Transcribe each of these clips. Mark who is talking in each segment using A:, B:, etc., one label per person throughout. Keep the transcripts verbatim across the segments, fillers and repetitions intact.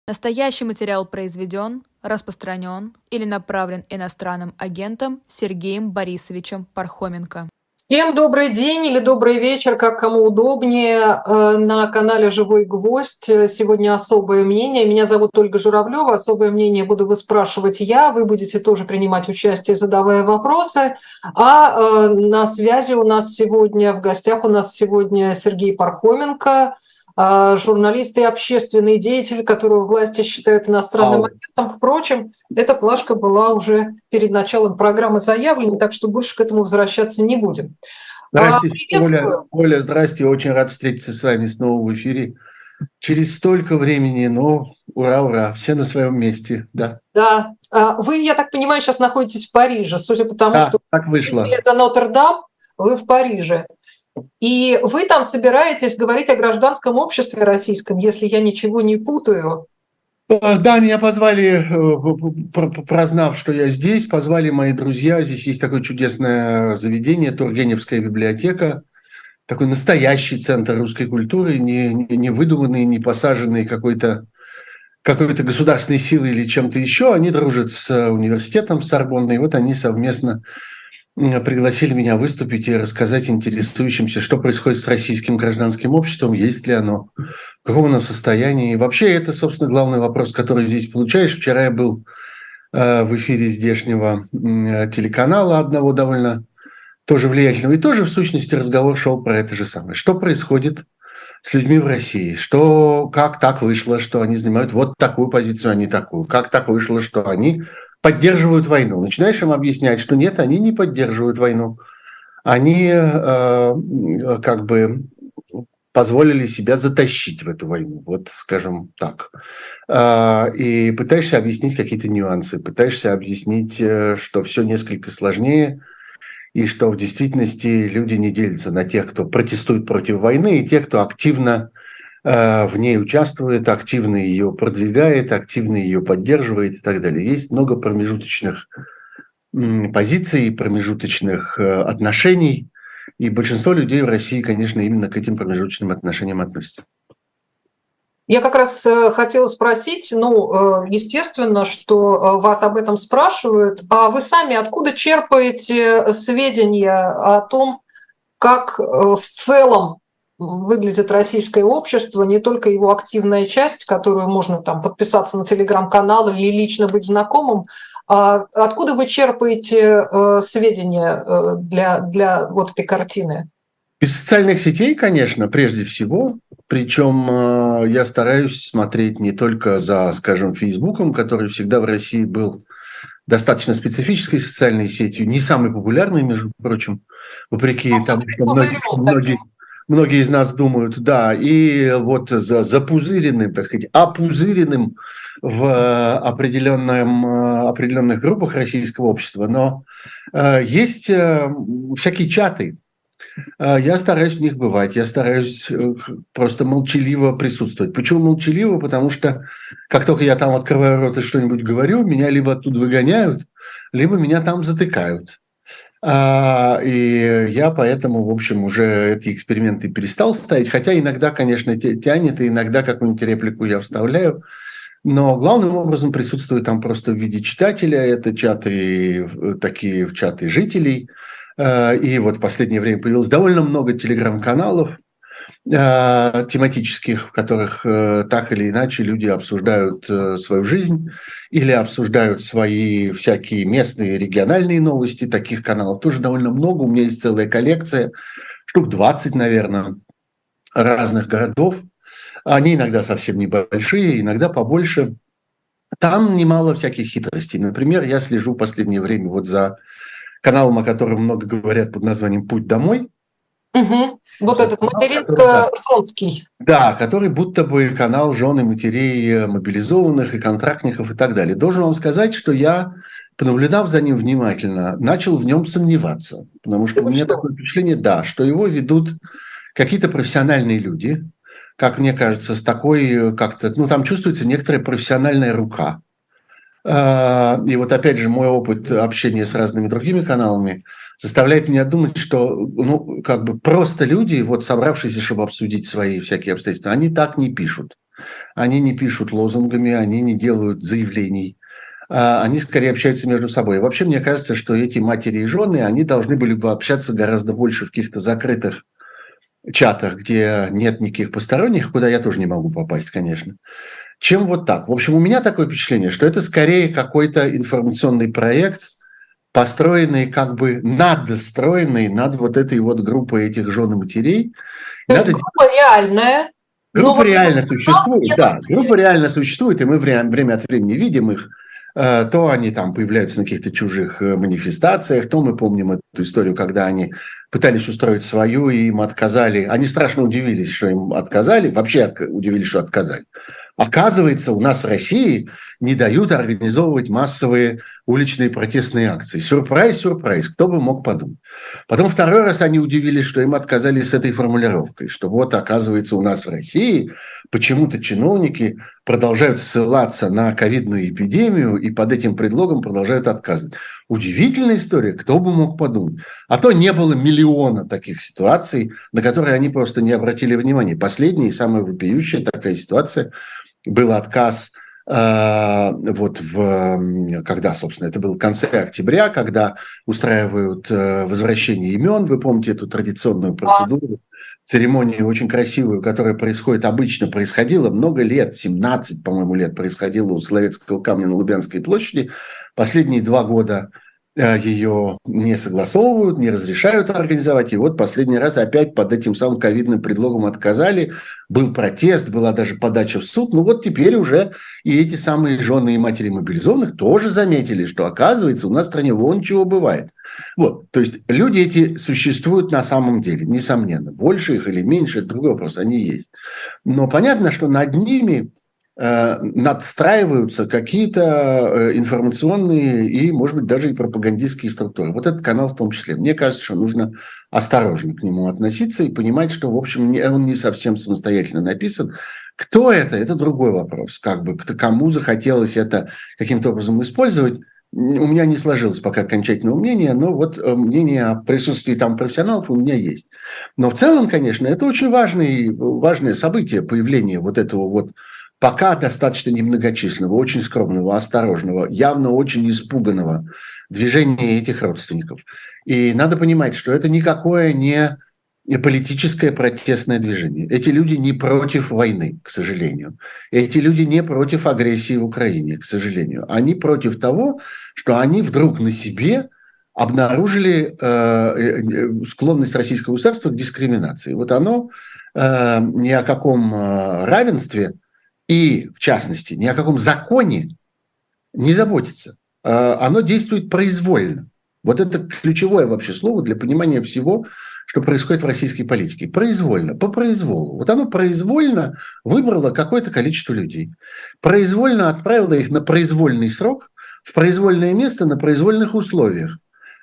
A: Настоящий материал произведен, распространен или направлен иностранным агентом Сергеем Борисовичем Пархоменко.
B: Всем добрый день или добрый вечер, как кому удобнее. На канале «Живой гвоздь» сегодня особое мнение. Меня зовут Ольга Журавлева. Особое мнение буду выспрашивать я. Вы будете тоже принимать участие, задавая вопросы. А на связи у нас сегодня, в гостях у нас сегодня Сергей Пархоменко, журналист и общественный деятель, которого власти считают иностранным
C: Ау.
B: агентом. Впрочем, эта плашка была уже перед началом программы заявлена, так что больше к этому возвращаться не будем.
C: Здрасте,
B: Приветствую.
C: Оля. Оля, здрасте. Очень рад встретиться с вами снова в эфире. Через столько времени, но ура, ура, все на своем месте, да.
B: Да. Вы, я так понимаю, сейчас находитесь в Париже, судя по тому,
C: Да,
B: что
C: так вышло.
B: вы за Нотр-Дам, вы в Париже. И вы там собираетесь говорить о гражданском обществе российском, если я ничего не путаю.
C: Да, меня позвали, прознав, что я здесь, позвали мои друзья. Здесь есть такое чудесное заведение, Тургеневская библиотека, такой настоящий центр русской культуры, не, не выдуманный, не посаженный какой-то какой-то государственной силой или чем-то еще. Они дружат с университетом, с Сорбонной, и вот они совместно пригласили меня выступить и рассказать интересующимся, что происходит с российским гражданским обществом, есть ли оно, в каком оно состоянии. И вообще это, собственно, главный вопрос, который здесь получаешь. Вчера я был э, в эфире здешнего э, телеканала одного довольно тоже влиятельного, и тоже, в сущности, разговор шел про это же самое. Что происходит с людьми в России? Что, как так вышло, что они занимают вот такую позицию, а не такую? Как так вышло, что они поддерживают войну? Начинаешь им объяснять, что нет, они не поддерживают войну. Они э, как бы позволили себя затащить в эту войну, вот скажем так. Э, и пытаешься объяснить какие-то нюансы, пытаешься объяснить, что все несколько сложнее, и что в действительности люди не делятся на тех, кто протестует против войны, и тех, кто активно э, в ней участвует, активно ее продвигает, активно ее поддерживает и так далее. Есть много промежуточных м, позиций, промежуточных э, отношений, и большинство людей в России, конечно, именно к этим промежуточным отношениям относятся.
B: Я как раз хотела спросить, ну, естественно, что вас об этом спрашивают, а вы сами откуда черпаете сведения о том, как в целом выглядит российское общество, не только его активная часть, которую можно там подписаться на телеграм-канал или лично быть знакомым, а откуда вы черпаете сведения для, для вот этой картины?
C: Из социальных сетей, конечно, прежде всего. Причем э, я стараюсь смотреть не только за, скажем, Фейсбуком, который всегда в России был достаточно специфической социальной сетью, не самой популярной, между прочим, вопреки
B: ну,
C: тому, что многие, многие, многие из нас думают, да, и вот за запузыренным, так сказать, опузыренным в определенном, определенных группах российского общества. Но э, есть э, всякие чаты. Я стараюсь в них бывать, я стараюсь просто молчаливо присутствовать. Почему молчаливо? Потому что как только я там открываю рот и что-нибудь говорю, меня либо оттуда выгоняют, либо меня там затыкают. И я поэтому, в общем, уже эти эксперименты перестал ставить, хотя иногда, конечно, тянет, и иногда какую-нибудь реплику я вставляю. Но главным образом присутствую там просто в виде читателя. Это чаты, такие чаты жителей. И вот в последнее время появилось довольно много телеграм-каналов э, тематических, в которых э, так или иначе люди обсуждают э, свою жизнь или обсуждают свои всякие местные региональные новости. Таких каналов тоже довольно много. У меня есть целая коллекция, штук двадцать, наверное, разных городов. Они иногда совсем небольшие, иногда побольше. Там немало всяких хитростей. Например, я слежу в последнее время вот за каналом, о котором много говорят, под названием «Путь домой».
B: Угу. Вот этот материнско-женский.
C: Да, который будто бы канал жен и матерей мобилизованных и контрактников и так далее. Должен вам сказать, что я, понаблюдав за ним внимательно, начал в нем сомневаться. Потому что
B: Да
C: у меня
B: что?
C: такое впечатление, да, что его ведут какие-то профессиональные люди, как мне кажется, с такой как-то, ну там чувствуется некоторая профессиональная рука. И вот опять же мой опыт общения с разными другими каналами заставляет меня думать, что ну, как бы просто люди, вот собравшиеся, чтобы обсудить свои всякие обстоятельства, они так не пишут. Они не пишут лозунгами, они не делают заявлений. Они скорее общаются между собой. И вообще, мне кажется, что эти матери и жены, они должны были бы общаться гораздо больше в каких-то закрытых чатах, где нет никаких посторонних, куда я тоже не могу попасть, конечно, чем вот так. В общем, у меня такое впечатление, что это скорее какой-то информационный проект, построенный, как бы надостроенный над вот этой вот группой этих жен и матерей.
B: То есть группа реальная.
C: Группа реально существует, да, группа реально существует, и мы время от времени видим их. То они там появляются на каких-то чужих манифестациях, то мы помним эту историю, когда они пытались устроить свою, и им отказали. Они страшно удивились, что им отказали, вообще удивились, что отказали. Оказывается, у нас в России не дают организовывать массовые уличные протестные акции. Сюрприз, сюрприз, кто бы мог подумать. Потом второй раз они удивились, что им отказали с этой формулировкой, что вот, оказывается, у нас в России почему-то чиновники продолжают ссылаться на ковидную эпидемию и под этим предлогом продолжают отказывать. Удивительная история, кто бы мог подумать. А то не было миллиона таких ситуаций, на которые они просто не обратили внимания. Последняя и самая вопиющая такая ситуация был отказ э, вот в, когда, собственно, это было в конце октября, когда устраивают э, возвращение имен. Вы помните эту традиционную процедуру, церемонию очень красивую, которая происходит обычно, происходила много лет, семнадцать, по-моему, лет происходила у Соловецкого камня на Лубянской площади. Последние два года ее не согласовывают, не разрешают организовать. И вот последний раз опять под этим самым ковидным предлогом отказали. Был протест, была даже подача в суд. Ну вот теперь уже и эти самые жены и матери мобилизованных тоже заметили, что, оказывается, у нас в стране вон чего бывает. Вот, то есть люди эти существуют на самом деле, несомненно. Больше их или меньше, это другой вопрос, они есть. Но понятно, что над ними надстраиваются какие-то информационные и, может быть, даже и пропагандистские структуры. Вот этот канал в том числе. Мне кажется, что нужно осторожно к нему относиться и понимать, что, в общем, он не совсем самостоятельно написан. Кто это? Это другой вопрос. Как бы, кому захотелось это каким-то образом использовать, у меня не сложилось пока окончательного мнения, но вот мнение о присутствии там профессионалов у меня есть. Но в целом, конечно, это очень важное, важное событие, появление вот этого вот пока достаточно немногочисленного, очень скромного, осторожного, явно очень испуганного движения этих родственников. И надо понимать, что это никакое не политическое протестное движение. Эти люди не против войны, к сожалению. Эти люди не против агрессии в Украине, к сожалению. Они против того, что они вдруг на себе обнаружили э, склонность российского государства к дискриминации. Вот оно э, ни о каком равенстве и, в частности, ни о каком законе не заботится. Оно действует произвольно. Вот это ключевое вообще слово для понимания всего, что происходит в российской политике. Произвольно, по произволу. Вот оно произвольно выбрало какое-то количество людей. Произвольно отправило их на произвольный срок, в произвольное место, на произвольных условиях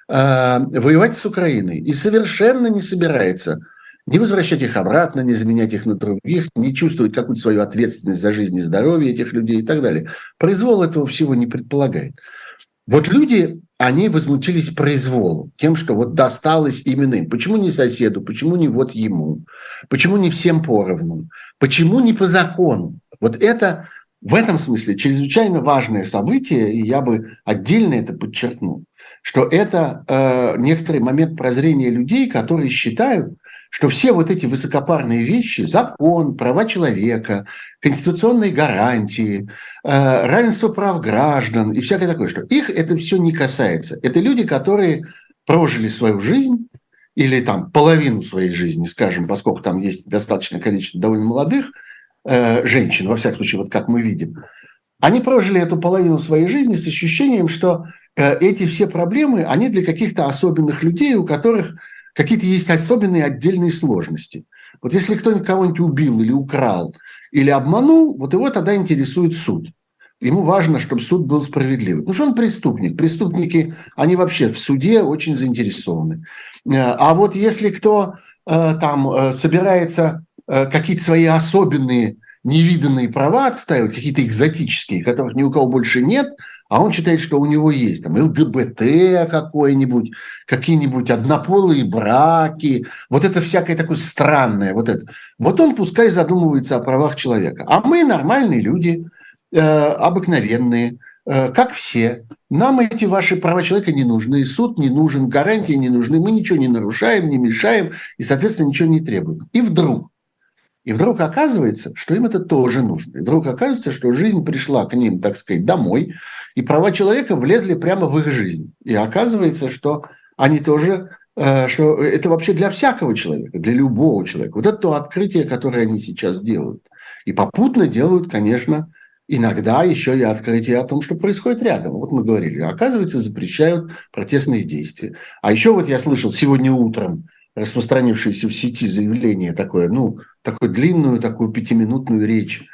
C: воевать с Украиной. И совершенно не собирается не возвращать их обратно, не заменять их на других, не чувствовать какую-то свою ответственность за жизнь и здоровье этих людей и так далее. Произвол этого всего не предполагает. Вот люди, они возмутились произволу, тем, что вот досталось именно им. Почему не соседу, почему не вот ему, почему не всем поровну, почему не по закону. Вот это в этом смысле чрезвычайно важное событие, и я бы отдельно это подчеркнул, что это э, некоторый момент прозрения людей, которые считают, что все вот эти высокопарные вещи, закон, права человека, конституционные гарантии, э, равенство прав граждан и всякое такое, что их это все не касается. Это люди, которые прожили свою жизнь или там половину своей жизни, скажем, поскольку там есть достаточное количество довольно молодых э, женщин, во всяком случае, вот как мы видим, они прожили эту половину своей жизни с ощущением, что э, эти все проблемы, они для каких-то особенных людей, у которых какие-то есть особенные отдельные сложности. Вот если кто-нибудь кого-нибудь убил или украл, или обманул, вот его тогда интересует суд. Ему важно, чтобы суд был справедливый. Потому что он преступник. Преступники, они вообще в суде очень заинтересованы. А вот если кто там собирается какие-то свои особенные невиданные права отстаивать, какие-то экзотические, которых ни у кого больше нет, а он считает, что у него есть там ЛГБТ какой-нибудь, какие-нибудь однополые браки, вот это всякое такое странное, вот это. Вот он пускай задумывается о правах человека. А мы нормальные люди, э, обыкновенные, э, как все. Нам эти ваши права человека не нужны, суд не нужен, гарантии не нужны, мы ничего не нарушаем, не мешаем и, соответственно, ничего не требуем. И вдруг И вдруг оказывается, что им это тоже нужно. И вдруг оказывается, что жизнь пришла к ним, так сказать, домой, и права человека влезли прямо в их жизнь. И оказывается, что они тоже, что это вообще для всякого человека, для любого человека. Вот это то открытие, которое они сейчас делают. И попутно делают, конечно, иногда еще и открытие о том, что происходит рядом. Вот мы говорили, оказывается, запрещают протестные действия. А еще вот я слышал сегодня утром, распространившееся в сети заявление такое, ну, такую длинную, такую пятиминутную речь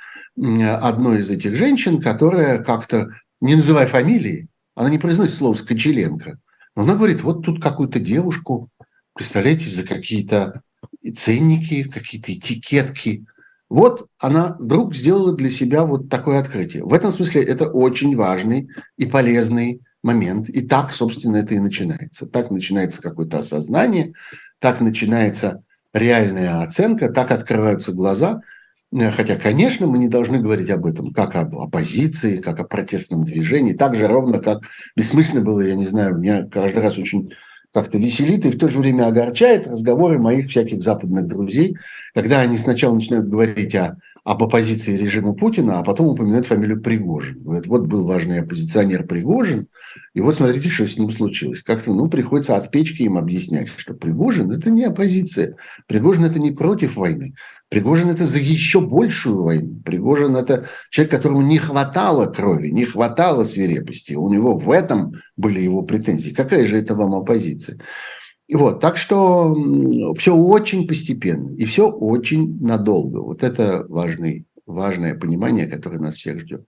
C: одной из этих женщин, которая как-то, не называя фамилии, она не произносит слово «Скочеленко», но она говорит, вот тут какую-то девушку, представляете, за какие-то ценники, какие-то этикетки. Вот она вдруг сделала для себя вот такое открытие. В этом смысле это очень важный и полезный момент. И так, собственно, это и начинается. Так начинается какое-то осознание, так начинается реальная оценка, так открываются глаза. Хотя, конечно, мы не должны говорить об этом как об оппозиции, как о протестном движении. Так же ровно, как бессмысленно было, я не знаю, меня каждый раз очень как-то веселит и в то же время огорчает разговоры моих всяких западных друзей, когда они сначала начинают говорить о, об оппозиции режиму Путина, а потом упоминают фамилию Пригожин. Говорят, вот был важный оппозиционер Пригожин, и вот смотрите, что с ним случилось. Как-то, ну, приходится от печки им объяснять, что Пригожин – это не оппозиция, Пригожин – это не против войны, Пригожин – это за еще большую войну. Пригожин – это человек, которому не хватало крови, не хватало свирепости. У него в этом были его претензии. Какая же это вам оппозиция? Вот, так что все очень постепенно и все очень надолго. Вот это важный, важное понимание, которое нас всех ждет.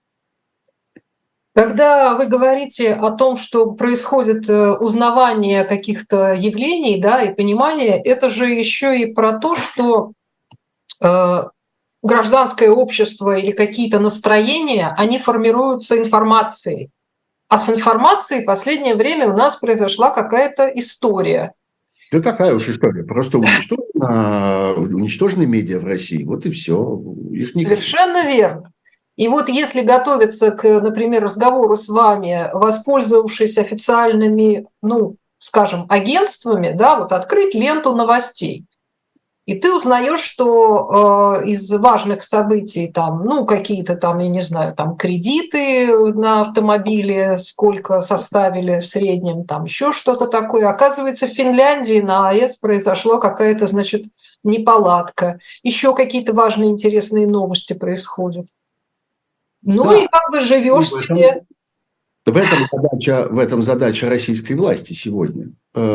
B: Когда вы говорите о том, что происходит узнавание каких-то явлений, да, и понимание, это же еще и про то, что э, гражданское общество или какие-то настроения, они формируются информацией. А с информацией в последнее время у нас произошла какая-то история.
C: Да какая уж история, просто уничтожена, уничтожены медиа в России, вот и все. Их не...
B: Совершенно верно. И вот если готовиться к, например, разговору с вами, воспользовавшись официальными, ну, скажем, агентствами, да, вот открыть ленту новостей, и ты узнаешь, что э, из важных событий там, ну, какие-то там, я не знаю, там кредиты на автомобиле, сколько составили в среднем, там еще что-то такое. Оказывается, в Финляндии на АЭС произошла какая-то, значит, неполадка. Еще какие-то важные, интересные новости происходят. Ну да. И как бы живешь себе.
C: В этом задача, в этом задача российской власти сегодня.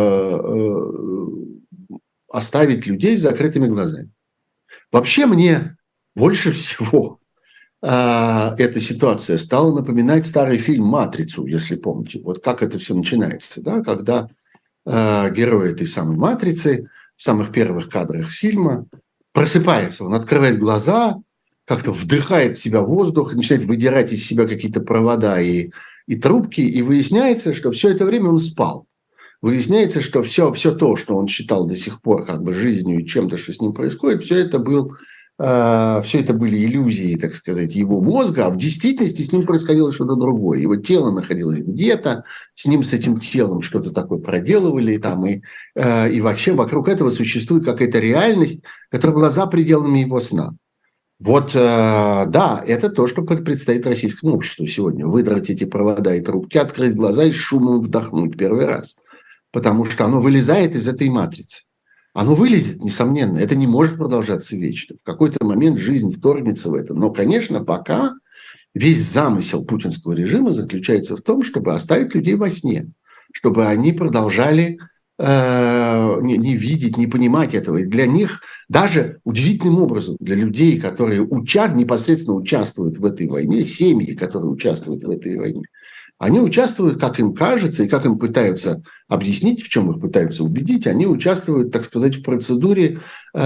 C: Оставить людей с закрытыми глазами. Вообще мне больше всего э, эта ситуация стала напоминать старый фильм «Матрицу», если помните. Вот как это все начинается, да? Когда э, герой этой самой «Матрицы» в самых первых кадрах фильма просыпается, он открывает глаза, как-то вдыхает в себя воздух, начинает выдирать из себя какие-то провода и, и трубки, и выясняется, что все это время он спал. Выясняется, что все, все то, что он считал до сих пор как бы жизнью и чем-то, что с ним происходит, все это, был, э, все это были иллюзии, так сказать, его мозга, а в действительности с ним происходило что-то другое. Его тело находилось где-то, с ним, с этим телом что-то такое проделывали, там, и, э, и вообще вокруг этого существует какая-то реальность, которая была за пределами его сна. Вот, э, да, это то, что предстоит российскому обществу сегодня. Выдрать эти провода и трубки, открыть глаза и с шумом вдохнуть первый раз. Потому что оно вылезает из этой матрицы. Оно вылезет, несомненно. Это не может продолжаться вечно. В какой-то момент жизнь вторгнется в это. Но, конечно, пока весь замысел путинского режима заключается в том, чтобы оставить людей во сне. Чтобы они продолжали э, не, не видеть, не понимать этого. И для них даже удивительным образом, для людей, которые уча, непосредственно участвуют в этой войне, семьи, которые участвуют в этой войне, они участвуют, как им кажется, и как им пытаются объяснить, в чем их пытаются убедить, они участвуют, так сказать, в процедуре, э,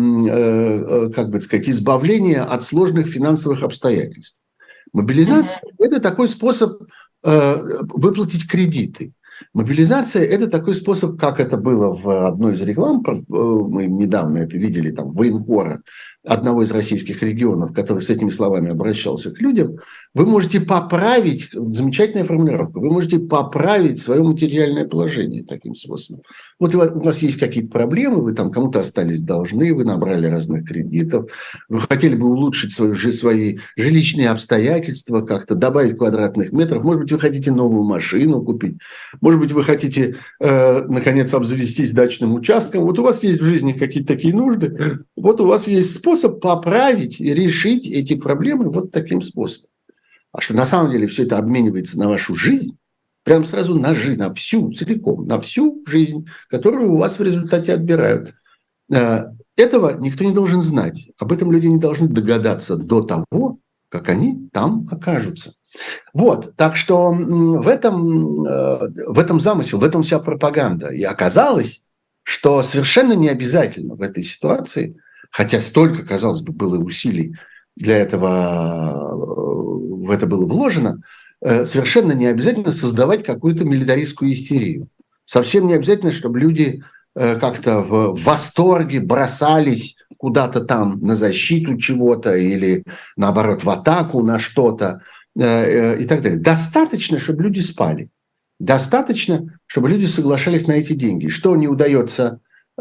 C: э, как бы сказать, избавления от сложных финансовых обстоятельств. Мобилизация – это такой способ э, выплатить кредиты. Мобилизация – это такой способ, как это было в одной из реклам, мы недавно это видели, там, военкора, одного из российских регионов, который с этими словами обращался к людям. Вы можете поправить, замечательная формулировка, вы можете поправить свое материальное положение таким способом. Вот у вас есть какие-то проблемы, вы там кому-то остались должны, вы набрали разных кредитов, вы хотели бы улучшить свою, свои жилищные обстоятельства, как-то добавить квадратных метров, может быть, вы хотите новую машину купить, может быть, вы хотите, э, наконец, обзавестись дачным участком. Вот у вас есть в жизни какие-то такие нужды, вот у вас есть способ поправить и решить эти проблемы вот таким способом. А что на самом деле все это обменивается на вашу жизнь, прям сразу на жизнь, на всю, целиком, на всю жизнь, которую у вас в результате отбирают. Этого никто не должен знать. Об этом люди не должны догадаться до того, как они там окажутся. Вот, так что в этом, в этом замысел, в этом вся пропаганда. И оказалось, что совершенно не обязательно в этой ситуации, хотя столько, казалось бы, было усилий для этого, в это было вложено, совершенно не обязательно создавать какую-то милитаристскую истерию. Совсем не обязательно, чтобы люди как-то в восторге бросались куда-то там на защиту чего-то или, наоборот, в атаку на что-то и так далее. Достаточно, чтобы люди спали. Достаточно, чтобы люди соглашались на эти деньги. Что не удается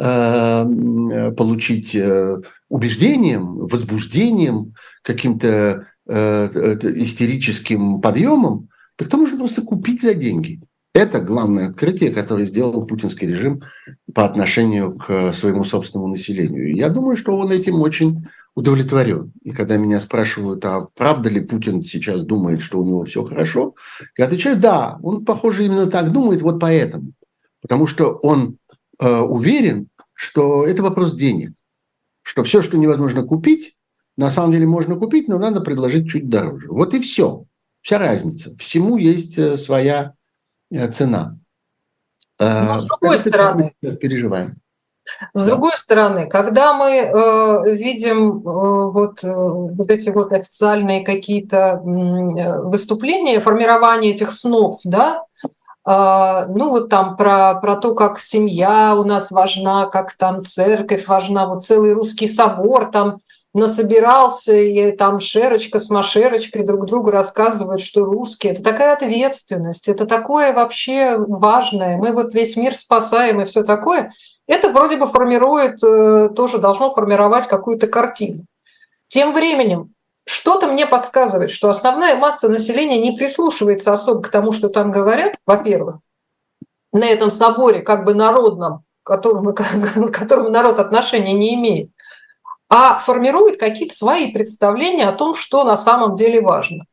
C: получить убеждением, возбуждением, каким-то истерическим подъемом, так то можно просто купить за деньги. Это главное открытие, которое сделал путинский режим по отношению к своему собственному населению. И я думаю, что он этим очень удовлетворен. И когда меня спрашивают, а правда ли Путин сейчас думает, что у него все хорошо, я отвечаю, да, он, похоже, именно так думает, вот поэтому. Потому что он э, уверен, что это вопрос денег. Что все, что невозможно купить, на самом деле можно купить, но надо предложить чуть дороже. Вот и все. Вся разница. Всему есть своя цена.
B: Но с другой
C: это
B: стороны,
C: мы сейчас переживаем.
B: С
C: Да.
B: другой стороны, когда мы э, видим э, вот, э, вот эти вот официальные какие-то э, выступления, формирование этих снов, да, э, ну вот там про, про то, как семья у нас важна, как там церковь важна, вот целый русский собор там насобирался, и там Шерочка с Машерочкой друг другу рассказывают, что русские. Это такая ответственность, это такое вообще важное. Мы вот весь мир спасаем и все такое. Это вроде бы формирует, тоже должно формировать какую-то картину. Тем временем что-то мне подсказывает, что основная масса населения не прислушивается особо к тому, что там говорят, во-первых, на этом соборе, как бы народном, к которому, к которому народ отношения не имеет, а формирует какие-то свои представления о том, что на самом деле важно.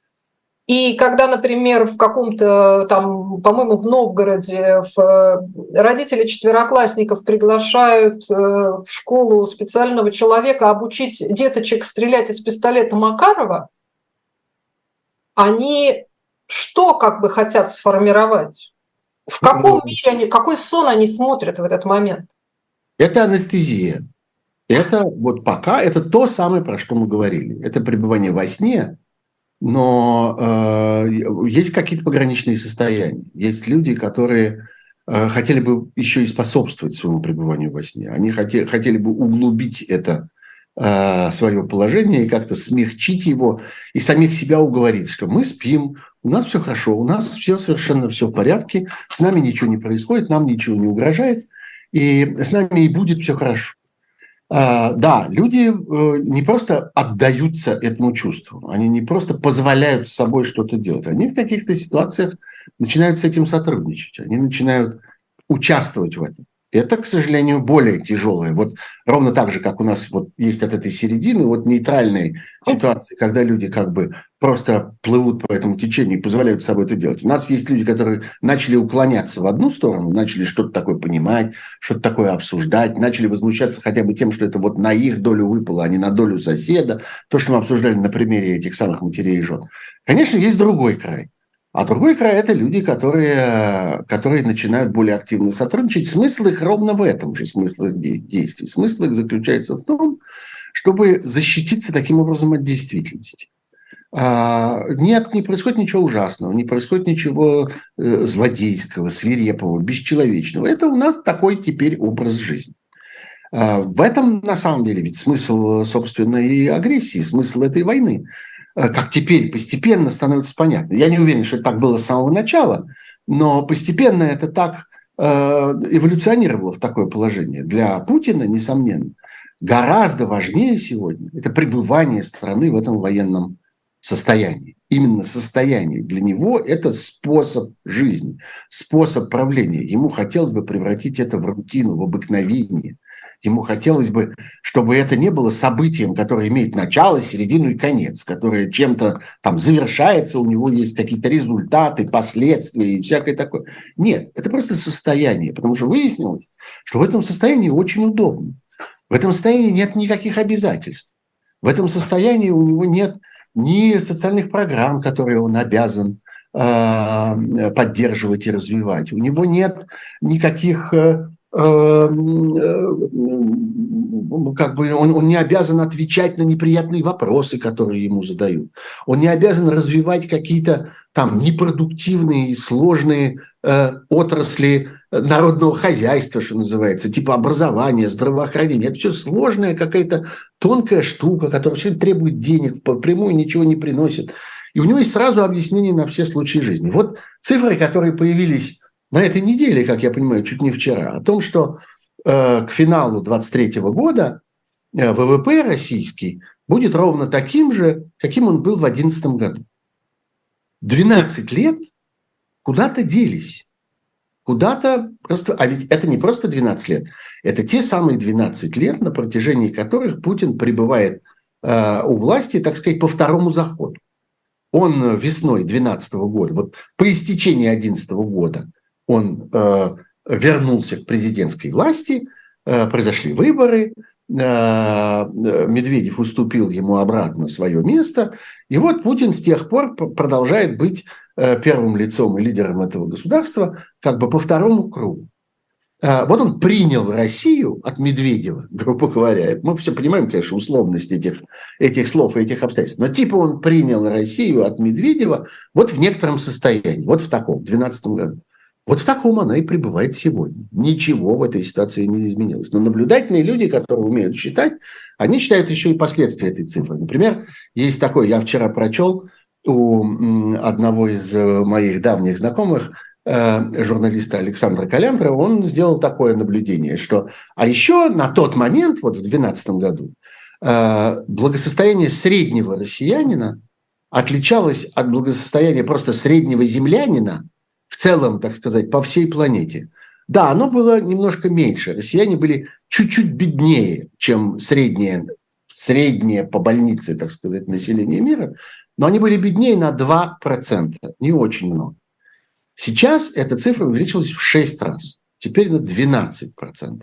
B: И когда, например, в каком-то там, по-моему, в Новгороде в родители четвероклассников приглашают в школу специального человека обучить деточек стрелять из пистолета Макарова, они что как бы хотят сформировать? В каком мире они, какой сон они смотрят в этот момент?
C: Это анестезия. Это вот пока, это то самое, про что мы говорили. Это пребывание во сне. Но э, есть какие-то пограничные состояния. Есть люди, которые э, хотели бы еще и способствовать своему пребыванию во сне. Они хотели, хотели бы углубить это э, свое положение и как-то смягчить его, и самих себя уговорить, что мы спим, у нас все хорошо, у нас все совершенно все в порядке, с нами ничего не происходит, нам ничего не угрожает, и с нами и будет все хорошо. Uh, да, люди uh, не просто отдаются этому чувству, они не просто позволяют с собой что-то делать, они в каких-то ситуациях начинают с этим сотрудничать, они начинают участвовать в этом. Это, к сожалению, более тяжелое. Вот ровно так же, как у нас вот есть от этой середины, вот нейтральной ситуации, когда люди как бы просто плывут по этому течению и позволяют с собой это делать. У нас есть люди, которые начали уклоняться в одну сторону, начали что-то такое понимать, что-то такое обсуждать, начали возмущаться хотя бы тем, что это вот на их долю выпало, а не на долю соседа. То, что мы обсуждали на примере этих самых матерей и жен. Конечно, есть другой край. А другой край – это люди, которые, которые начинают более активно сотрудничать. Смысл их ровно в этом же, смысл их действий. Смысл их заключается в том, чтобы защититься таким образом от действительности. А, нет, не происходит ничего ужасного, не происходит ничего э, злодейского, свирепого, бесчеловечного. Это у нас такой теперь образ жизни. А, в этом, на самом деле, ведь смысл собственной агрессии, смысл этой войны. Как теперь постепенно становится понятно. Я не уверен, что это так было с самого начала, но постепенно это так э, эволюционировало в такое положение. Для Путина, несомненно, гораздо важнее сегодня это пребывание страны в этом военном состоянии. Именно состояние. Для него это способ жизни, способ правления. Ему хотелось бы превратить это в рутину, в обыкновение. Ему хотелось бы, чтобы это не было событием, которое имеет начало, середину и конец, которое чем-то там завершается, у него есть какие-то результаты, последствия и всякое такое. Нет, это просто состояние, потому что выяснилось, что в этом состоянии очень удобно. В этом состоянии нет никаких обязательств. В этом состоянии у него нет ни социальных программ, которые он обязан э, поддерживать и развивать. У него нет никаких... Э, как бы он, он не обязан отвечать на неприятные вопросы, которые ему задают. Он не обязан развивать какие-то там непродуктивные и сложные э, отрасли народного хозяйства, что называется, типа образования, здравоохранения. Это все сложная какая-то тонкая штука, которая все требует денег, напрямую ничего не приносит. И у него есть сразу объяснение на все случаи жизни. Вот цифры, которые появились на этой неделе, как я понимаю, чуть не вчера, о том, что э, к финалу двадцать третьего года э, ВВП российский будет ровно таким же, каким он был в две тысячи одиннадцатом году. двенадцать лет куда-то делись. Куда-то просто... А ведь это не просто двенадцать лет, это те самые двенадцать лет, на протяжении которых Путин пребывает э, у власти, так сказать, по второму заходу. Он весной две тысячи двенадцатого года, вот по истечении две тысячи одиннадцатого года, он э, вернулся к президентской власти, э, произошли выборы, э, Медведев уступил ему обратно свое место, и вот Путин с тех пор продолжает быть э, первым лицом и лидером этого государства как бы по второму кругу. Э, вот он принял Россию от Медведева, грубо говоря. Мы все понимаем, конечно, условность этих, этих слов и этих обстоятельств, но типа он принял Россию от Медведева вот в некотором состоянии, вот в таком, в две тысячи двенадцатом году. Вот в таком она и пребывает сегодня. Ничего в этой ситуации не изменилось. Но наблюдательные люди, которые умеют считать, они считают еще и последствия этой цифры. Например, есть такой, я вчера прочел у одного из моих давних знакомых, журналиста Александра Калямбра, он сделал такое наблюдение, что... А еще на тот момент, вот в две тысячи двенадцатом году, благосостояние среднего россиянина отличалось от благосостояния просто среднего землянина, в целом, так сказать, по всей планете. Да, оно было немножко меньше. Россияне были чуть-чуть беднее, чем среднее, среднее по больнице, так сказать, население мира, но они были беднее на два процента, не очень много. Сейчас эта цифра увеличилась в шесть раз, теперь на двенадцать процентов.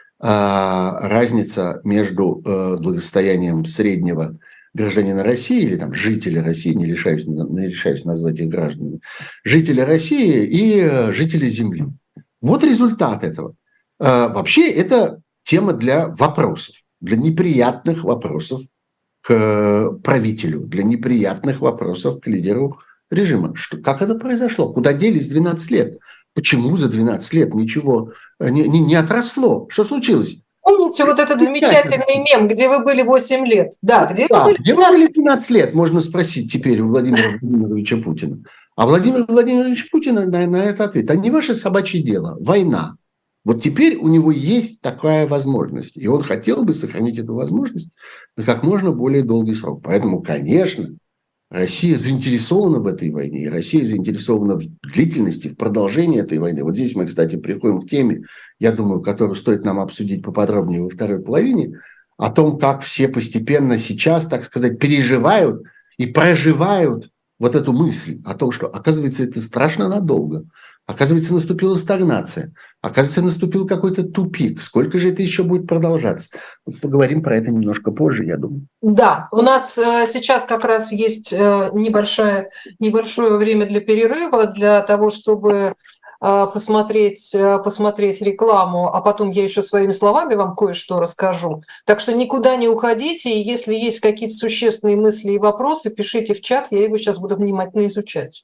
C: А разница между благосостоянием среднего гражданина России или там жителя России, не решаюсь, не решаюсь назвать их гражданами, жители России и жители Земли. Вот результат этого. Вообще это тема для вопросов, для неприятных вопросов к правителю, для неприятных вопросов к лидеру режима. Что, как это произошло? Куда делись двенадцать лет? Почему за двенадцать лет ничего не, не, не отросло? Что случилось?
B: Помните вот этот замечательный мем, где вы были восемь лет? Да, где
C: да,
B: вы были
C: где вы были двенадцать лет, можно спросить теперь у Владимира Владимировича Путина. А Владимир Владимирович Путин на, на это ответит. А не ваше собачье дело, война. Вот теперь у него есть такая возможность, и он хотел бы сохранить эту возможность на как можно более долгий срок. Поэтому, конечно, Россия заинтересована в этой войне, и Россия заинтересована в длительности, в продолжении этой войны. Вот здесь мы, кстати, приходим к теме, я думаю, которую стоит нам обсудить поподробнее во второй половине, о том, как все постепенно сейчас, так сказать, переживают и проживают вот эту мысль о том, что, оказывается, это страшно надолго. Оказывается, наступила стагнация. Оказывается, наступил какой-то тупик. Сколько же это еще будет продолжаться? Поговорим про это немножко позже, я думаю.
B: Да, у нас э, сейчас как раз есть э, небольшое, небольшое время для перерыва, для того, чтобы э, посмотреть, э, посмотреть рекламу, а потом я еще своими словами вам кое-что расскажу. Так что никуда не уходите, и если есть какие-то существенные мысли и вопросы, пишите в чат, я его сейчас буду внимательно изучать.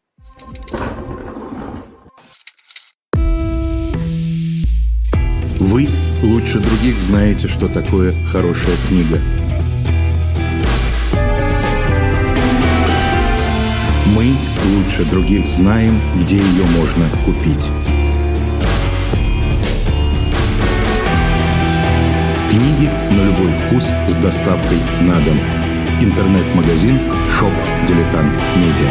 D: Вы лучше других знаете, что такое хорошая книга. Мы лучше других знаем, где ее можно купить. Книги на любой вкус с доставкой на дом. Интернет-магазин Shop Дилетант Медиа.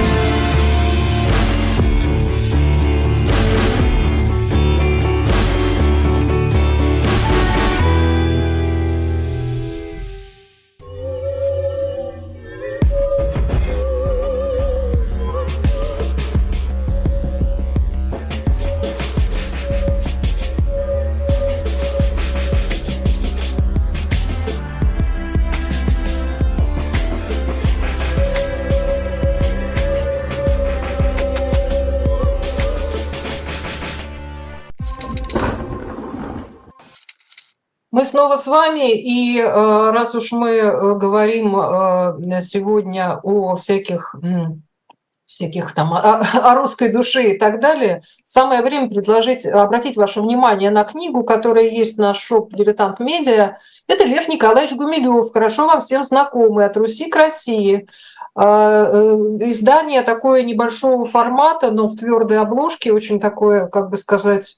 B: Мы снова с вами, и э, раз уж мы э, говорим э, сегодня о всяких, м, всяких там, о, о русской душе и так далее, самое время предложить, обратить ваше внимание на книгу, которая есть на шоп «Дилетант Медиа». Это Лев Николаевич Гумилев, хорошо вам всем знакомый, «От Руси к России». Э, э, издание такое небольшого формата, но в твердой обложке, очень такое, как бы сказать,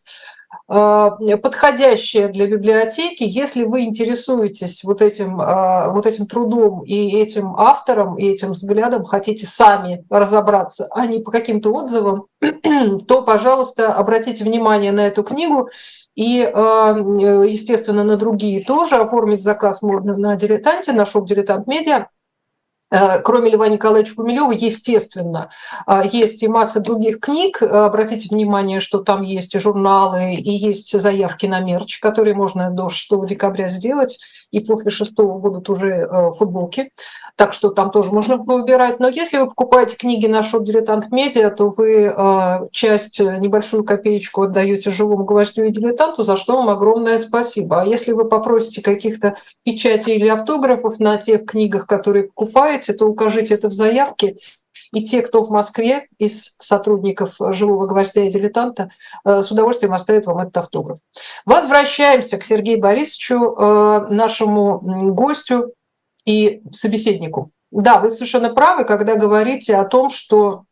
B: подходящее для библиотеки. Если вы интересуетесь вот этим, вот этим трудом и этим автором, и этим взглядом, хотите сами разобраться, а не по каким-то отзывам, то, пожалуйста, обратите внимание на эту книгу. И, естественно, на другие тоже. Оформить заказ можно на «Дилетанте», на шоп «Дилетант Медиа». Кроме Льва Николаевича Гумилева, естественно, есть и масса других книг. Обратите внимание, что там есть и журналы, и есть заявки на мерч, которые можно до шестого декабря сделать, и после шестого будут уже футболки. Так что там тоже можно выбирать. Но если вы покупаете книги на шоп «Дилетант Медиа», то вы часть, небольшую копеечку отдаете «Живому гвоздю» и «Дилетанту», за что вам огромное спасибо. А если вы попросите каких-то печатей или автографов на тех книгах, которые покупаете, то укажите это в заявке, и те, кто в Москве из сотрудников «Живого гвоздя» и «Дилетанта», с удовольствием оставят вам этот автограф. Возвращаемся к Сергею Борисовичу, нашему гостю и собеседнику. Да, вы совершенно правы, когда говорите о том, что,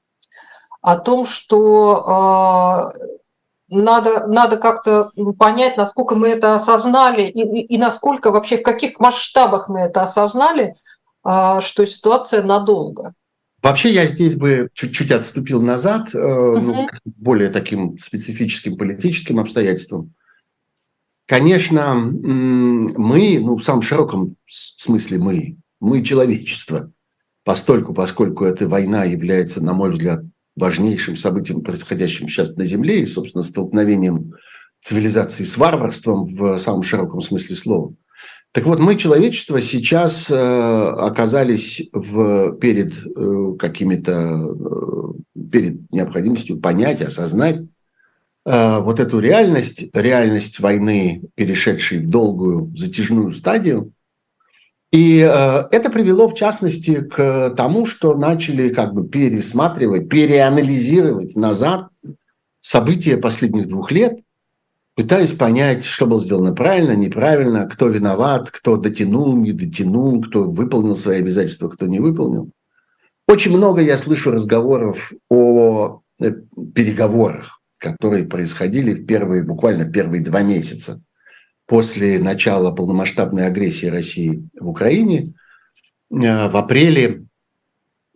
B: о том, что э, надо, надо как-то понять, насколько мы это осознали и, и, и насколько вообще, в каких масштабах мы это осознали, э, что ситуация надолго.
C: Вообще я здесь бы чуть-чуть отступил назад, э, uh-huh. ну, более таким специфическим политическим обстоятельствам. Конечно, мы, ну, в самом широком смысле мы, мы человечество, постольку, поскольку эта война является, на мой взгляд, важнейшим событием, происходящим сейчас на Земле, и, собственно, столкновением цивилизации с варварством в самом широком смысле слова. Так вот, мы, человечество, сейчас э, оказались в, перед э, какими-то, э, перед необходимостью понять, осознать, вот эту реальность, реальность войны, перешедшей в долгую затяжную стадию. И это привело, в частности, к тому, что начали как бы пересматривать, переанализировать назад события последних двух лет, пытаясь понять, что было сделано правильно, неправильно, кто виноват, кто дотянул, не дотянул, кто выполнил свои обязательства, кто не выполнил. Очень много я слышу разговоров о переговорах, которые происходили в первые, буквально первые два месяца после начала полномасштабной агрессии России в Украине. В апреле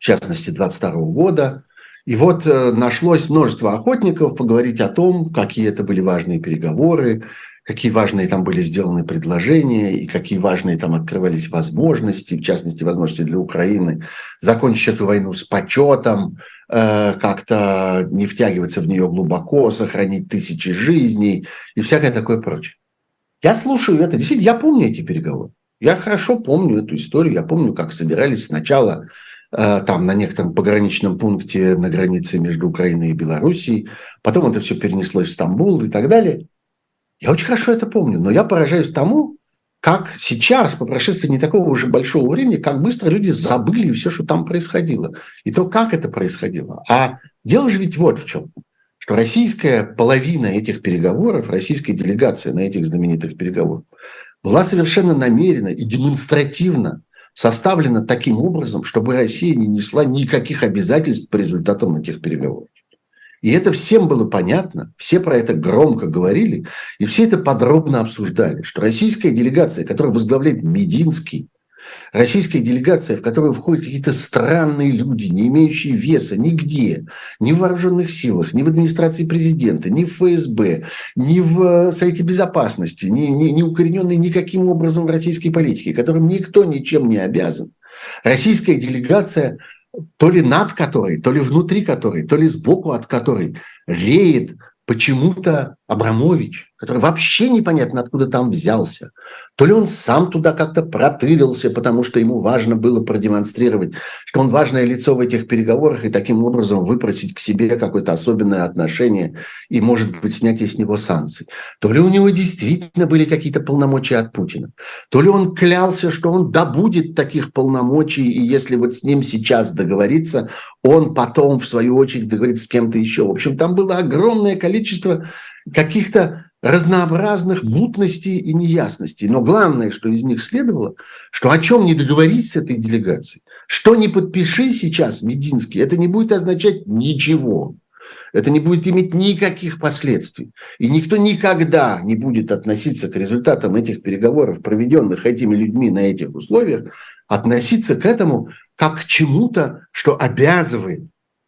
C: в частности, двадцать второго года. И вот нашлось множество охотников поговорить о том, какие это были важные переговоры, какие важные там были сделаны предложения и какие важные там открывались возможности, в частности, возможности для Украины закончить эту войну с почетом, э, как-то не втягиваться в нее глубоко, сохранить тысячи жизней и всякое такое прочее. Я слушаю это, действительно, я помню эти переговоры. Я хорошо помню эту историю, я помню, как собирались сначала э, там на некотором пограничном пункте на границе между Украиной и Белоруссией, потом это все перенеслось в Стамбул и так далее. Я очень хорошо это помню, но я поражаюсь тому, как сейчас, по прошествии не такого уже большого времени, как быстро люди забыли все, что там происходило. И то, как это происходило. А дело же ведь вот в чем. Что российская половина этих переговоров, российская делегация на этих знаменитых переговорах была совершенно намеренно и демонстративно составлена таким образом, чтобы Россия не несла никаких обязательств по результатам этих переговоров. И это всем было понятно, все про это громко говорили, и все это подробно обсуждали, что российская делегация, которую возглавляет Мединский, российская делегация, в которую входят какие-то странные люди, не имеющие веса нигде, ни в вооруженных силах, ни в администрации президента, ни в эф эс бэ, ни в Совете Безопасности, ни, ни, ни укорененные никаким образом в российской политике, которым никто ничем не обязан. Российская делегация, то ли над которой, то ли внутри которой, то ли сбоку от которой реет почему-то Абрамович, который вообще непонятно откуда там взялся. То ли он сам туда как-то протырился, потому что ему важно было продемонстрировать, что он важное лицо в этих переговорах и таким образом выпросить к себе какое-то особенное отношение и, может быть, снятие с него санкций. То ли у него действительно были какие-то полномочия от Путина. То ли он клялся, что он добудет таких полномочий, и если вот с ним сейчас договориться, он потом, в свою очередь, договорится с кем-то еще. В общем, там было огромное количество каких-то разнообразных мутностей и неясностей. Но главное, что из них следовало, что о чем не договорись с этой делегацией, что не подпиши сейчас Мединский, это не будет означать ничего. Это не будет иметь никаких последствий. И никто никогда не будет относиться к результатам этих переговоров, проведенных этими людьми на этих условиях, относиться к этому как к чему-то, что обязывает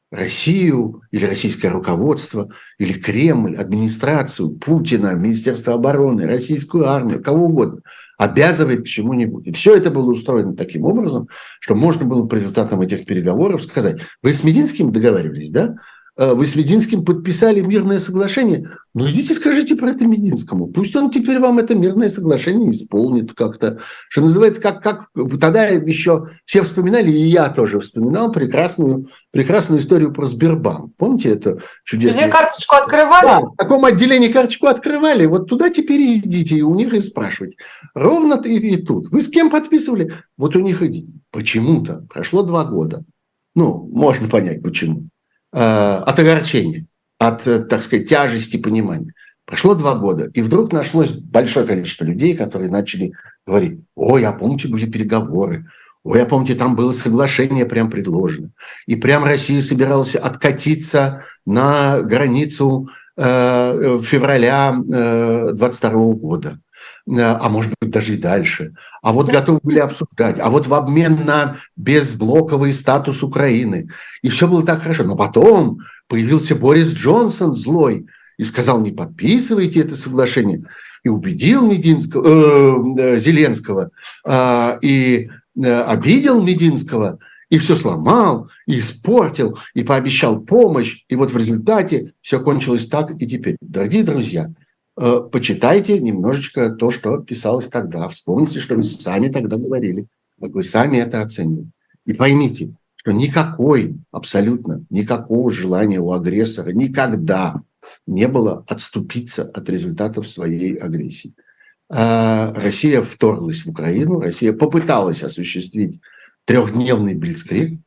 C: Россию или российское руководство, или Кремль, администрацию, Путина, Министерство обороны, российскую армию, кого угодно, обязывает к чему-нибудь. И все это было устроено таким образом, что можно было по результатам этих переговоров сказать: вы с Мединским договаривались, да? Вы с Мединским подписали мирное соглашение, ну идите скажите про это Мединскому. Пусть он теперь вам это мирное соглашение исполнит как-то. Что называется, как, как тогда еще все вспоминали, и я тоже вспоминал прекрасную, прекрасную историю про Сбербанк. Помните это чудесное?
B: Где карточку открывали?
C: Да, в таком отделении карточку открывали. Вот туда теперь и идите, и у них и спрашивать. Ровно и, и тут. Вы с кем подписывали? Вот у них идите. Почему-то прошло два года. Ну, можно понять, почему. От огорчения, от, так сказать, тяжести понимания. Прошло два года, и вдруг нашлось большое количество людей, которые начали говорить: ой, а помните, были переговоры, ой, а помните, там было соглашение прям предложено, и прям Россия собиралась откатиться на границу э, февраля э, двадцать второго года. А может быть, даже и дальше. А вот готовы были обсуждать. А вот в обмен на безблоковый статус Украины. И все было так хорошо. Но потом появился Борис Джонсон злой и сказал: не подписывайте это соглашение. И убедил Мединского, э, Зеленского, э, и э, обидел Мединского, и все сломал, и испортил, и пообещал помощь. И вот в результате все кончилось так и теперь. Дорогие друзья, почитайте немножечко то, что писалось тогда. Вспомните, что вы сами тогда говорили, как вы сами это оценили. И поймите, что никакой, абсолютно никакого желания у агрессора никогда не было отступиться от результатов своей агрессии. Россия вторглась в Украину, Россия попыталась осуществить трехдневный блицкриг.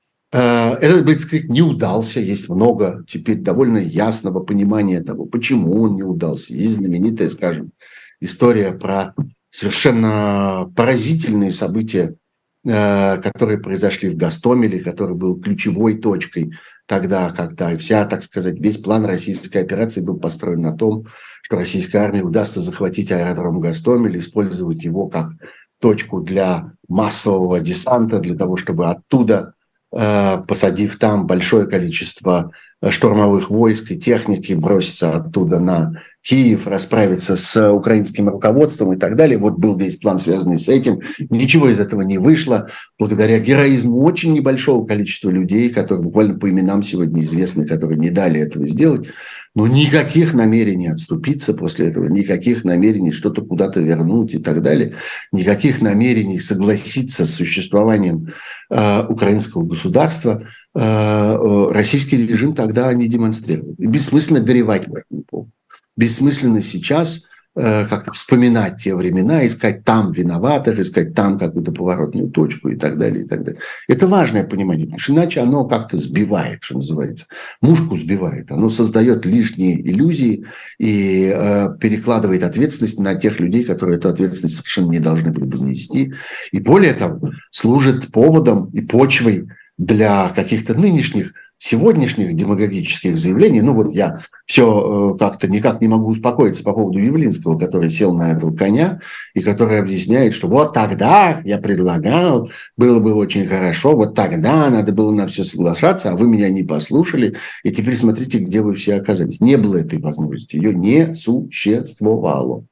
C: Этот блицкриг не удался, есть много теперь довольно ясного понимания того, почему он не удался. Есть знаменитая, скажем, история про совершенно поразительные события, которые произошли в Гостомеле, который был ключевой точкой тогда, когда вся, так сказать, весь план российской операции был построен на том, что российской армии удастся захватить аэродром Гостомель, использовать его как точку для массового десанта, для того, чтобы оттуда посадив там большое количество штурмовых войск и техники, броситься оттуда на Киев, расправиться с украинским руководством и так далее. Вот был весь план, связанный с этим. Ничего из этого не вышло. Благодаря героизму очень небольшого количества людей, которые буквально по именам сегодня известны, которые не дали этого сделать. Но никаких намерений отступиться после этого, никаких намерений что-то куда-то вернуть и так далее, никаких намерений согласиться с существованием э, украинского государства э, российский режим тогда не демонстрировал. И бессмысленно горевать по этому поводу. Бессмысленно сейчас э, как-то вспоминать те времена, искать там виноватых, искать там какую-то поворотную точку и так далее, и так далее. Это важное понимание, потому что иначе оно как-то сбивает, что называется. Мушку сбивает, оно создает лишние иллюзии и э, перекладывает ответственность на тех людей, которые эту ответственность совершенно не должны были бы нести. И более того, служит поводом и почвой для каких-то нынешних, сегодняшних демагогических заявлений. Ну вот я все как-то никак не могу успокоиться по поводу Явлинского, который сел на этого коня и который объясняет, что вот тогда я предлагал, было бы очень хорошо, вот тогда надо было на все соглашаться, а вы меня не послушали, и теперь смотрите, где вы все оказались. Не было этой возможности, ее не существовало.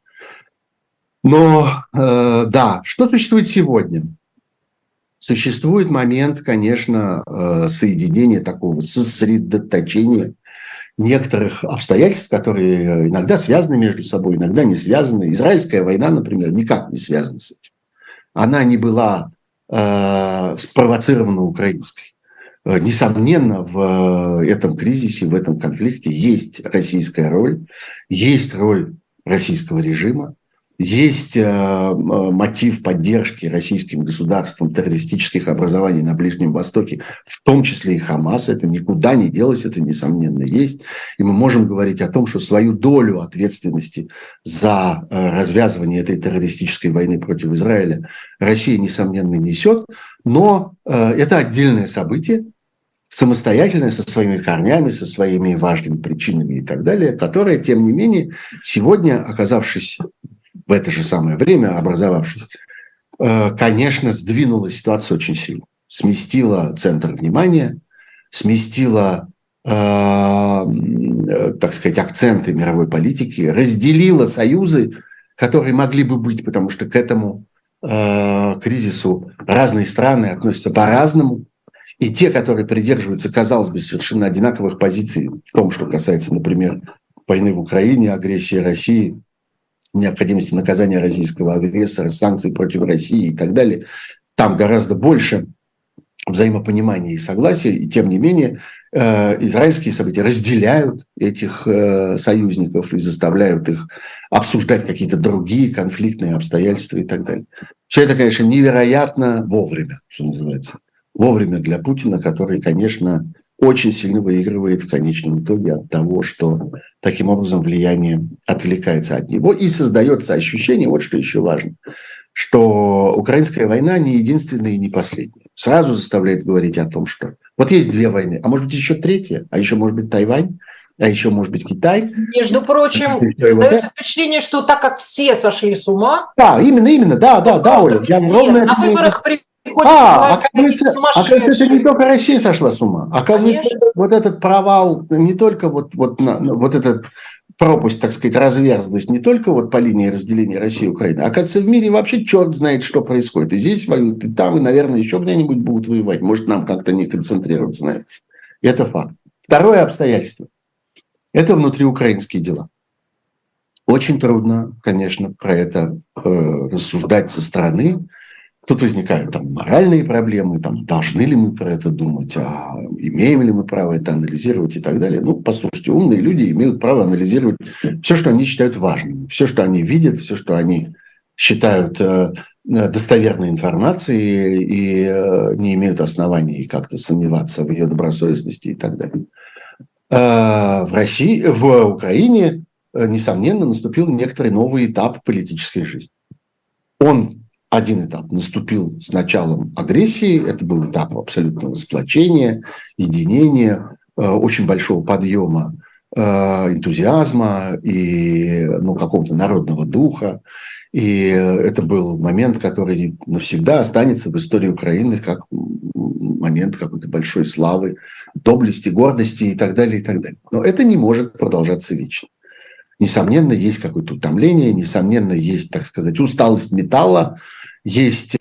C: Но э, да, что существует сегодня? Существует момент, конечно, соединения такого, сосредоточения некоторых обстоятельств, которые иногда связаны между собой, иногда не связаны. Израильская война, например, никак не связана с этим. Она не была э, спровоцирована украинской. Несомненно, в этом кризисе, в этом конфликте есть российская роль, есть роль российского режима. Есть э, мотив поддержки российским государством террористических образований на Ближнем Востоке, в том числе и Хамас. Это никуда не делось, это несомненно есть. И мы можем говорить о том, что свою долю ответственности за э, развязывание этой террористической войны против Израиля Россия, несомненно, несет. Но э, это отдельное событие, самостоятельное, со своими корнями, со своими важными причинами и так далее, которое, тем не менее, сегодня, оказавшись в это же самое время, образовавшись, конечно, сдвинула ситуацию очень сильно. Сместила центр внимания, сместила, э, так сказать, акценты мировой политики, разделила союзы, которые могли бы быть, потому что к этому э, кризису разные страны относятся по-разному. И те, которые придерживаются, казалось бы, совершенно одинаковых позиций в том, что касается, например, войны в Украине, агрессии России, необходимости наказания российского агрессора, санкций против России и так далее, там гораздо больше взаимопонимания и согласия, и тем не менее э, израильские события разделяют этих э, союзников и заставляют их обсуждать какие-то другие конфликтные обстоятельства и так далее. Все это, конечно, невероятно вовремя, что называется. Вовремя для Путина, который, конечно, очень сильно выигрывает в конечном итоге от того, что таким образом влияние отвлекается от него. И создается ощущение, вот что еще важно, что украинская война не единственная и не последняя. Сразу заставляет говорить о том, что вот есть две войны, а может быть еще третья, а еще может быть Тайвань, а еще может быть Китай.
B: Между прочим, создается впечатление, что так как все сошли с ума...
C: Да, именно, именно, да, да, да, Оля. Я ровно
B: на выборах при...
C: А, оказывается, оказывается, это не только Россия сошла с ума. Оказывается, это, вот этот провал, не только вот, вот, на, вот этот пропасть, так сказать, разверзлась не только вот по линии разделения России и Украины, оказывается, в мире вообще черт знает, что происходит. И здесь воюют, и там, и, наверное, еще где-нибудь будут воевать. Может, нам как-то не концентрироваться на этом. Это факт. Второе обстоятельство. Это внутриукраинские дела. Очень трудно, конечно, про это э, рассуждать со стороны. Тут возникают там моральные проблемы, там, должны ли мы про это думать, а имеем ли мы право это анализировать и так далее. Ну, послушайте, умные люди имеют право анализировать все, что они считают важным, все, что они видят, все, что они считают э, достоверной информацией и э, не имеют оснований как-то сомневаться в ее добросовестности и так далее. Э, в России, в Украине, э, несомненно, наступил некоторый новый этап политической жизни. Он Один этап наступил с началом агрессии, это был этап абсолютного сплочения, единения, очень большого подъема энтузиазма и ну, какого-то народного духа. И это был момент, который навсегда останется в истории Украины как момент какой-то большой славы, доблести, гордости и так далее, и так далее. Но это не может продолжаться вечно. Несомненно, есть какое-то утомление, несомненно, есть, так сказать, усталость металла, есть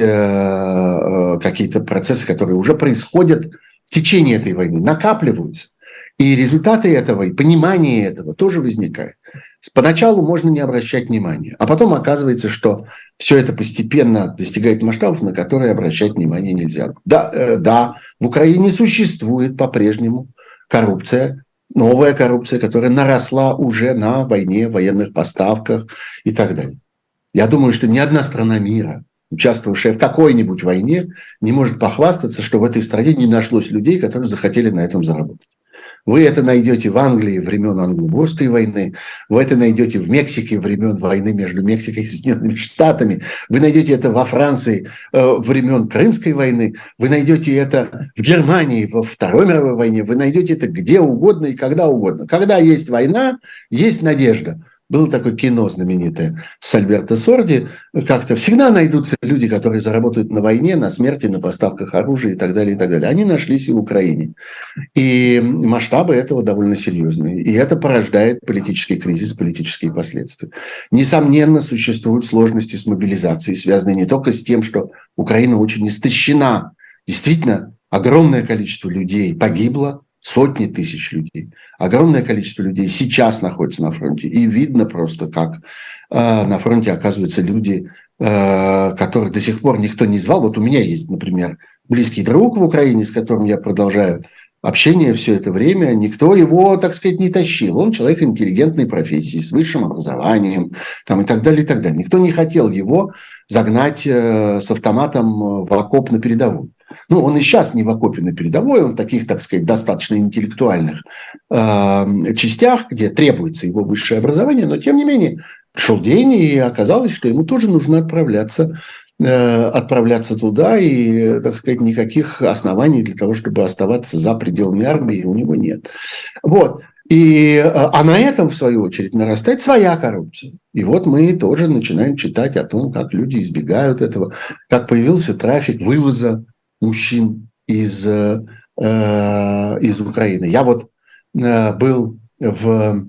C: э, какие-то процессы, которые уже происходят в течение этой войны, накапливаются. И результаты этого, и понимание этого тоже возникает. Поначалу можно не обращать внимания, а потом оказывается, что все это постепенно достигает масштабов, на которые обращать внимание нельзя. Да, э, да, в Украине существует по-прежнему коррупция, новая коррупция, которая наросла уже на войне, военных поставках и так далее. Я думаю, что ни одна страна мира, участвовавшая в какой-нибудь войне, не может похвастаться, что в этой стране не нашлось людей, которые захотели на этом заработать. Вы это найдете в Англии времен Англо-Бурской войны, вы это найдете в Мексике времен войны между Мексикой и Соединенными Штатами, вы найдете это во Франции э, времен Крымской войны, вы найдете это в Германии во Второй мировой войне, вы найдете это где угодно и когда угодно. Когда есть война, есть надежда. Было такое кино знаменитое с Альберто Сорди. Как-то всегда найдутся люди, которые заработают на войне, на смерти, на поставках оружия и так далее, и так далее. Они нашлись и в Украине. И масштабы этого довольно серьезные. И это порождает политический кризис, политические последствия. Несомненно, существуют сложности с мобилизацией, связанные не только с тем, что Украина очень истощена. Действительно, огромное количество людей погибло, сотни тысяч людей. Огромное количество людей сейчас находится на фронте. И видно просто, как э, на фронте оказываются люди, э, которых до сих пор никто не звал. Вот у меня есть, например, близкий друг в Украине, с которым я продолжаю общение все это время. Никто его, так сказать, не тащил. Он человек интеллигентной профессии, с высшим образованием там, и так далее, и так далее. Никто не хотел его загнать э, с автоматом в окоп на передовую. Ну, он и сейчас не в окопе на передовой, он в таких, так сказать, достаточно интеллектуальных э, частях, где требуется его высшее образование, но, тем не менее, шел день, и оказалось, что ему тоже нужно отправляться, э, отправляться туда, и, так сказать, никаких оснований для того, чтобы оставаться за пределами армии, у него нет. Вот. И, а на этом, в свою очередь, нарастает своя коррупция. И вот мы тоже начинаем читать о том, как люди избегают этого, как появился трафик вывоза мужчин из, э, из Украины. Я вот э, был в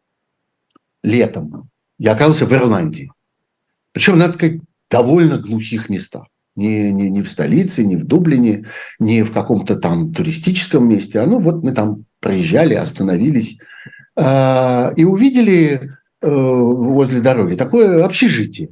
C: летом, я оказался в Ирландии. Причем, надо сказать, довольно глухих местах. Не, не, не в столице, не в Дублине, не в каком-то там туристическом месте. А ну вот мы там проезжали, остановились э, и увидели э, возле дороги такое общежитие.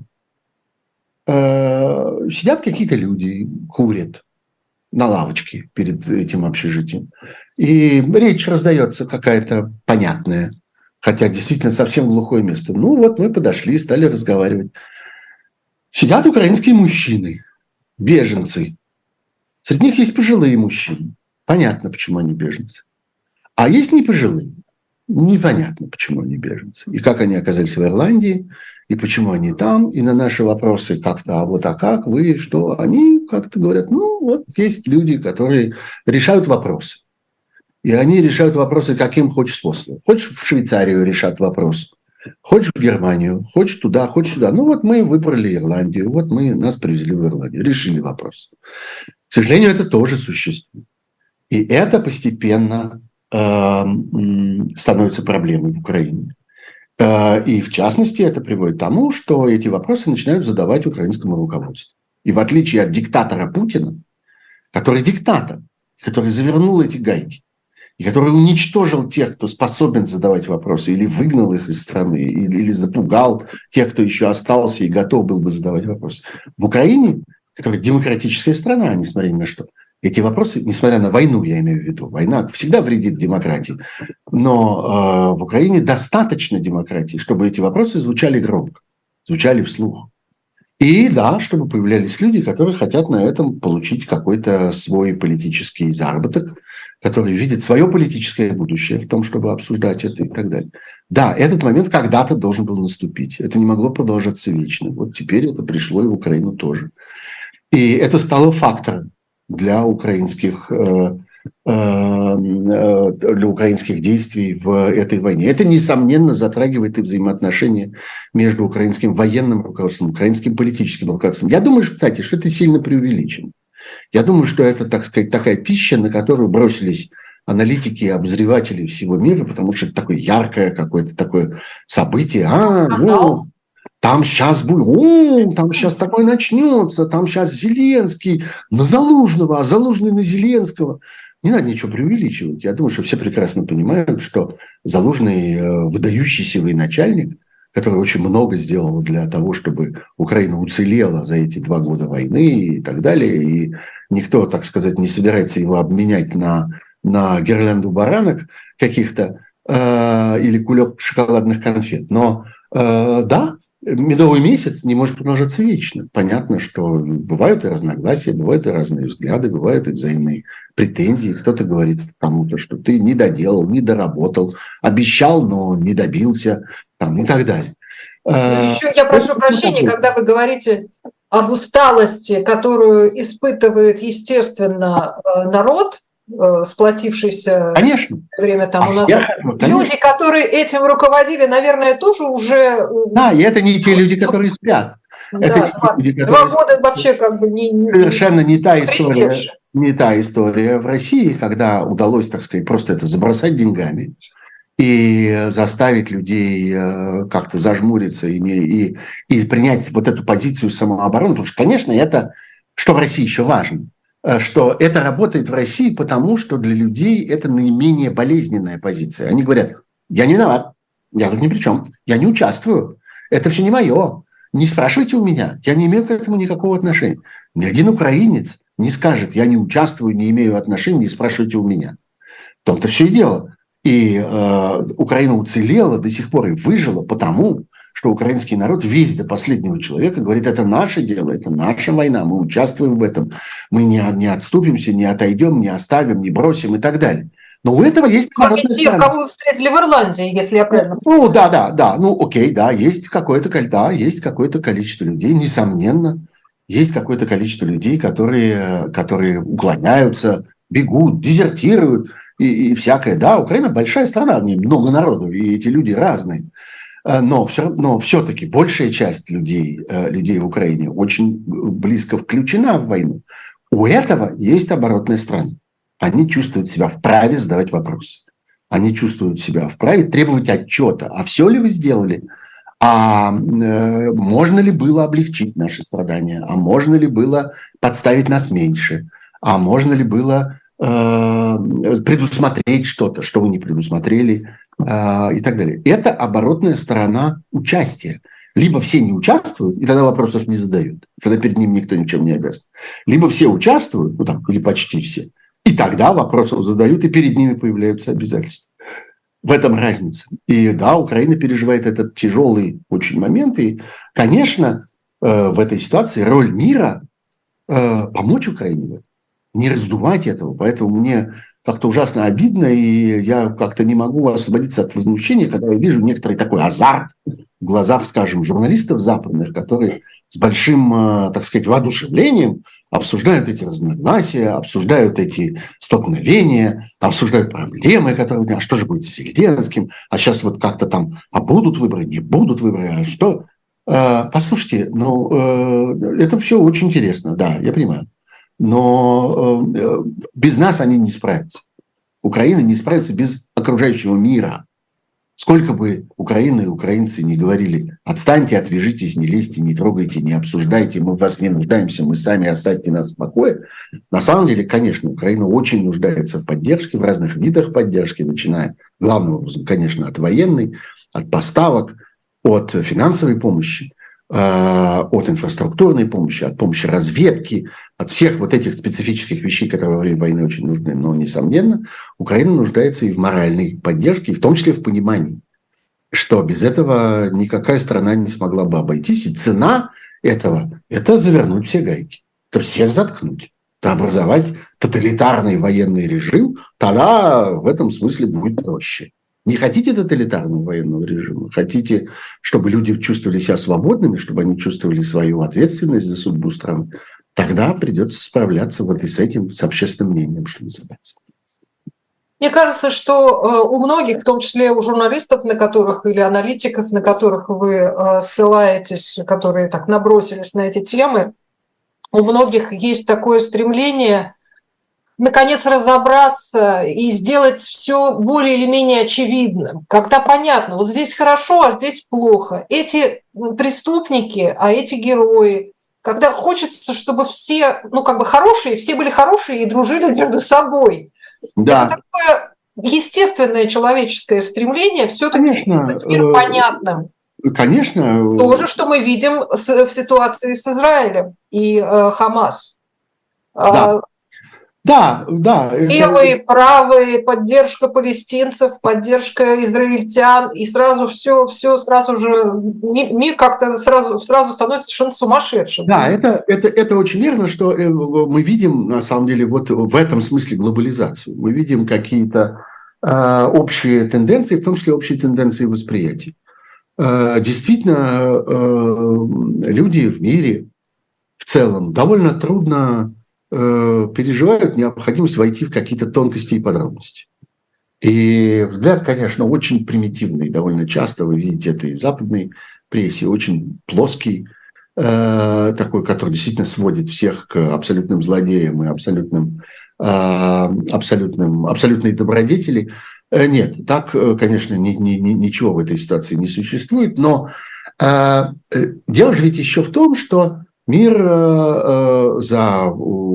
C: Э, сидят какие-то люди, курят на лавочке перед этим общежитием. И речь раздается какая-то понятная, хотя действительно совсем глухое место. Ну вот мы подошли, стали разговаривать. Сидят украинские мужчины, беженцы. Среди них есть пожилые мужчины. Понятно, почему они беженцы. А есть не пожилые. Непонятно, почему они беженцы. И как они оказались в Ирландии, и почему они там. И на наши вопросы как-то, а вот а как, вы, что, они как-то говорят, ну вот есть люди, которые решают вопросы. И они решают вопросы каким хочешь способом. Хочешь в Швейцарию решат вопрос, хочешь в Германию, хочешь туда, хочешь сюда. Ну вот мы выбрали Ирландию, вот мы нас привезли в Ирландию, решили вопрос. К сожалению, это тоже существует. И это постепенно э, становится проблемой в Украине. Э, и в частности это приводит к тому, что эти вопросы начинают задавать украинскому руководству. И в отличие от диктатора Путина, который диктатор, который завернул эти гайки, и который уничтожил тех, кто способен задавать вопросы, или выгнал их из страны, или, или запугал тех, кто еще остался и готов был бы задавать вопросы. В Украине, которая демократическая страна, несмотря ни на что, эти вопросы, несмотря на войну, я имею в виду, война всегда вредит демократии, но э, в Украине достаточно демократии, чтобы эти вопросы звучали громко, звучали вслух. И да, чтобы появлялись люди, которые хотят на этом получить какой-то свой политический заработок, которые видят свое политическое будущее в том, чтобы обсуждать это и так далее. Да, этот момент когда-то должен был наступить. Это не могло продолжаться вечно. Вот теперь это пришло и в Украину тоже. И это стало фактором для украинских э, для украинских действий в этой войне. Это, несомненно, затрагивает и взаимоотношения между украинским военным руководством, украинским политическим руководством. Я думаю, кстати, что это сильно преувеличено. Я думаю, что это, так сказать, такая пища, на которую бросились аналитики и обозреватели всего мира, потому что это такое яркое какое-то такое событие. А, ну, там сейчас будет, о, там сейчас такое начнется, там сейчас Зеленский на Залужного, а Залужный на Зеленского. Не надо ничего преувеличивать. Я думаю, что все прекрасно понимают, что Залужный выдающийся военачальник, который очень много сделал для того, чтобы Украина уцелела за эти два года войны и так далее. И никто, так сказать, не собирается его обменять на, на гирлянду баранок каких-то э, или кулек шоколадных конфет. Но э, да, медовый месяц не может продолжаться вечно. Понятно, что бывают и разногласия, бывают и разные взгляды, бывают и взаимные претензии. Кто-то говорит кому-то, что ты не доделал, не доработал, обещал, но не добился, там, и так далее.
B: Еще я прошу прощения, когда вы говорите об усталости, которую испытывает, естественно, народ, сплотившийся
C: конечно.
B: время тому назад.
C: Я,
B: люди, которые этим руководили, наверное, тоже уже...
C: Да, и это не те люди, которые спят.
B: Да,
C: это
B: два,
C: люди,
B: два года вообще как бы не... не
C: совершенно не та история,
B: присевшие.
C: не та история в России, когда удалось, так сказать, просто это забросать деньгами и заставить людей как-то зажмуриться и, не, и, и принять вот эту позицию самообороны. Потому что, конечно, это, что в России еще важно, что это работает в России, потому что для людей это наименее болезненная позиция. Они говорят, я не виноват, я тут ни при чем, я не участвую, это все не мое, не спрашивайте у меня, я не имею к этому никакого отношения. Ни один украинец не скажет, я не участвую, не имею отношения, не спрашивайте у меня. В том-то все и дело. И э, Украина уцелела до сих пор и выжила потому, что украинский народ весь до последнего человека говорит, это наше дело, это наша война, мы участвуем в этом, мы не, не отступимся, не отойдем, не оставим, не бросим и так далее. Но у этого есть оборотная
B: сторона. Те, кого вы встретили в Ирландии, если я правильно понимаю.
C: Ну, да, да, да, ну, окей, да, есть какое-то, да, есть какое-то количество людей, несомненно, есть какое-то количество людей, которые, которые уклоняются, бегут, дезертируют и, и всякое. Да, Украина большая страна, в ней много народу, и эти люди разные. Но, все, но все-таки большая часть людей, людей в Украине очень близко включена в войну. У этого есть оборотная сторона. Они чувствуют себя вправе задавать вопросы. Они чувствуют себя вправе требовать отчета. А все ли вы сделали? А э, можно ли было облегчить наши страдания? А можно ли было подставить нас меньше? А можно ли было э, предусмотреть что-то, что вы не предусмотрели? И так далее. Это оборотная сторона участия. Либо все не участвуют, и тогда вопросов не задают, тогда перед ним никто ничем не обязан. Либо все участвуют, ну там, или почти все, и тогда вопросов задают, и перед ними появляются обязательства. В этом разница. И да, Украина переживает этот тяжелый очень момент. И, конечно, в этой ситуации роль мира помочь Украине в этом, не раздувать этого. Поэтому мне как-то ужасно обидно, и я как-то не могу освободиться от возмущения, когда я вижу некоторый такой азарт в глазах, скажем, журналистов западных, которые с большим, так сказать, воодушевлением обсуждают эти разногласия, обсуждают эти столкновения, обсуждают проблемы, которые... А что же будет с Зеленским? А сейчас вот как-то там... А будут выборы? Не будут выборы? А что? Послушайте, ну, это все очень интересно, да, я понимаю. Но э, без нас они не справятся. Украина не справится без окружающего мира. Сколько бы Украина и украинцы не говорили, отстаньте, отвяжитесь, не лезьте, не трогайте, не обсуждайте, мы в вас не нуждаемся, мы сами, оставьте нас в покое. На самом деле, конечно, Украина очень нуждается в поддержке, в разных видах поддержки, начиная, главным образом, конечно, от военной, от поставок, от финансовой помощи, от инфраструктурной помощи, от помощи разведки, от всех вот этих специфических вещей, которые во время войны очень нужны. Но, несомненно, Украина нуждается и в моральной поддержке, и в том числе в понимании, что без этого никакая страна не смогла бы обойтись. И цена этого – это завернуть все гайки, это всех заткнуть, это образовать тоталитарный военный режим, тогда в этом смысле будет проще. Не хотите тоталитарного военного режима? Хотите, чтобы люди чувствовали себя свободными, чтобы они чувствовали свою ответственность за судьбу страны? Тогда придется справляться вот и с этим, с общественным мнением, что называется.
B: Мне кажется, что у многих, в том числе у журналистов, на которых или аналитиков, на которых вы ссылаетесь, которые так набросились на эти темы, у многих есть такое стремление наконец разобраться и сделать все более или менее очевидным, когда понятно, вот здесь хорошо, а здесь плохо. Эти преступники, а эти герои, когда хочется, чтобы все, ну как бы хорошие, все были хорошие и дружили между собой.
C: Да.
B: Это такое естественное человеческое стремление все-таки сделать мир понятным.
C: Конечно.
B: То же, что мы видим в ситуации с Израилем и э, Хамас.
C: Да. Да, да.
B: Левые, это... правые, поддержка палестинцев, поддержка израильтян, и сразу все, все сразу же мир как-то сразу, сразу становится совершенно сумасшедшим.
C: Да, это, это, это очень верно, что мы видим, на самом деле, вот в этом смысле глобализацию. Мы видим какие-то э, общие тенденции, в том числе общие тенденции восприятия. Э, действительно, э, люди в мире в целом довольно трудно переживают необходимость войти в какие-то тонкости и подробности. И взгляд, конечно, очень примитивный. Довольно часто вы видите это и в западной прессе, очень плоский, э, такой, который действительно сводит всех к абсолютным злодеям и абсолютным, э, абсолютным, абсолютной добродетели. Э, нет, так, конечно, ни, ни, ни, ничего в этой ситуации не существует. Но э, дело же ведь еще в том, что мир э, за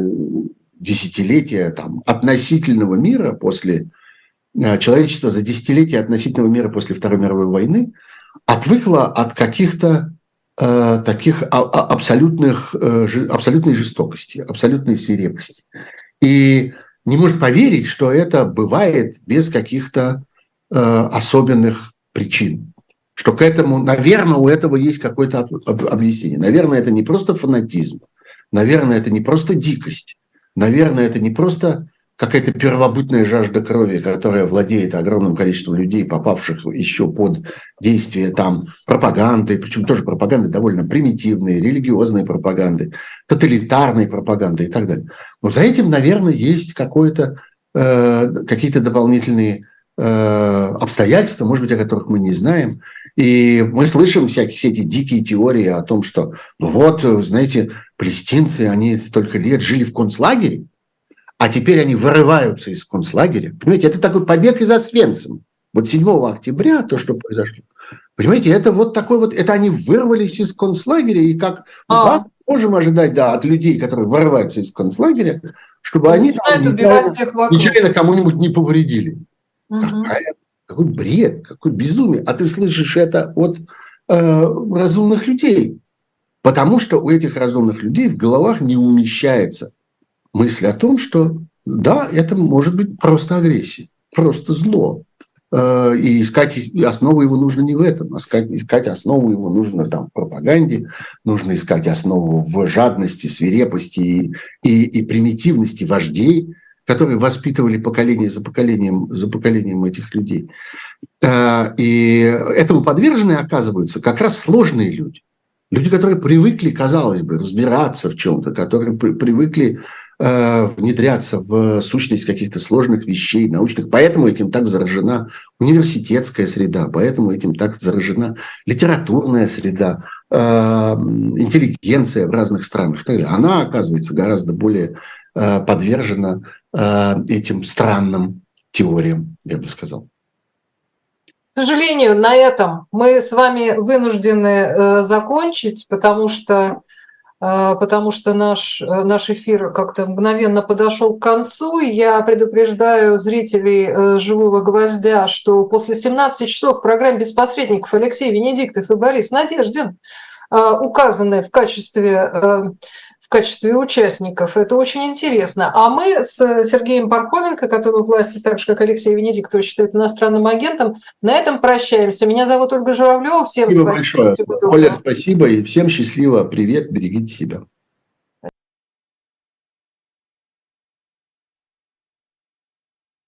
C: десятилетия там, относительного мира после э, человечества за десятилетия относительного мира после Второй мировой войны отвыкло от каких-то э, таких а, а, абсолютных, э, ж, абсолютной жестокости, абсолютной свирепости. И не может поверить, что это бывает без каких-то э, особенных причин. Что к этому, наверное, у этого есть какое-то объяснение. Наверное, это не просто фанатизм. Наверное, это не просто дикость. Наверное, это не просто какая-то первобытная жажда крови, которая владеет огромным количеством людей, попавших еще под действие там пропаганды, причем тоже пропаганды довольно примитивной, религиозной пропаганды, тоталитарной пропаганды и так далее. Но за этим, наверное, есть какое-то, э, какие-то дополнительные обстоятельства, может быть, о которых мы не знаем. И мы слышим всякие все эти дикие теории о том, что, ну вот, знаете, палестинцы, они столько лет жили в концлагере, а теперь они вырываются из концлагеря. Понимаете, это такой побег из Освенцима. Вот седьмого октября, то, что произошло. Понимаете, это вот такой вот, это они вырвались из концлагеря, и как а. мы можем ожидать, да, от людей, которые вырываются из концлагеря, чтобы они там, нечаянно кому-нибудь не повредили. Угу. Какая, какой бред, какой безумие. А ты слышишь это от э, разумных людей. Потому что у этих разумных людей в головах не умещается мысль о том, что да, это может быть просто агрессия, просто зло. Э, и искать основу его нужно не в этом. А искать, искать основу его нужно там, в пропаганде, нужно искать основу в жадности, свирепости и, и, и примитивности вождей, которые воспитывали поколение за поколением, за поколением этих людей. И этому подвержены оказываются как раз сложные люди. Люди, которые привыкли, казалось бы, разбираться в чем-то, которые привыкли внедряться в сущность каких-то сложных вещей, научных. Поэтому этим так заражена университетская среда, поэтому этим так заражена литературная среда, интеллигенция в разных странах. Она оказывается гораздо более подвержена этим странным теориям, я бы сказал.
B: К сожалению, на этом мы с вами вынуждены закончить, потому что, потому что наш, наш эфир как-то мгновенно подошел к концу. Я предупреждаю зрителей «Живого гвоздя», что после семнадцати часов в программе «Без посредников» Алексей Венедиктов и Борис Надеждин указаны в качестве... в качестве участников. Это очень интересно. А мы с Сергеем Пархоменко, который в власти, так же, как Алексей Венедиктов, считает иностранным агентом, на этом прощаемся. Меня зовут Ольга Журавлева. Всем спасибо.
C: Спасибо большое. Оля, спасибо и всем счастливо. Привет, берегите себя.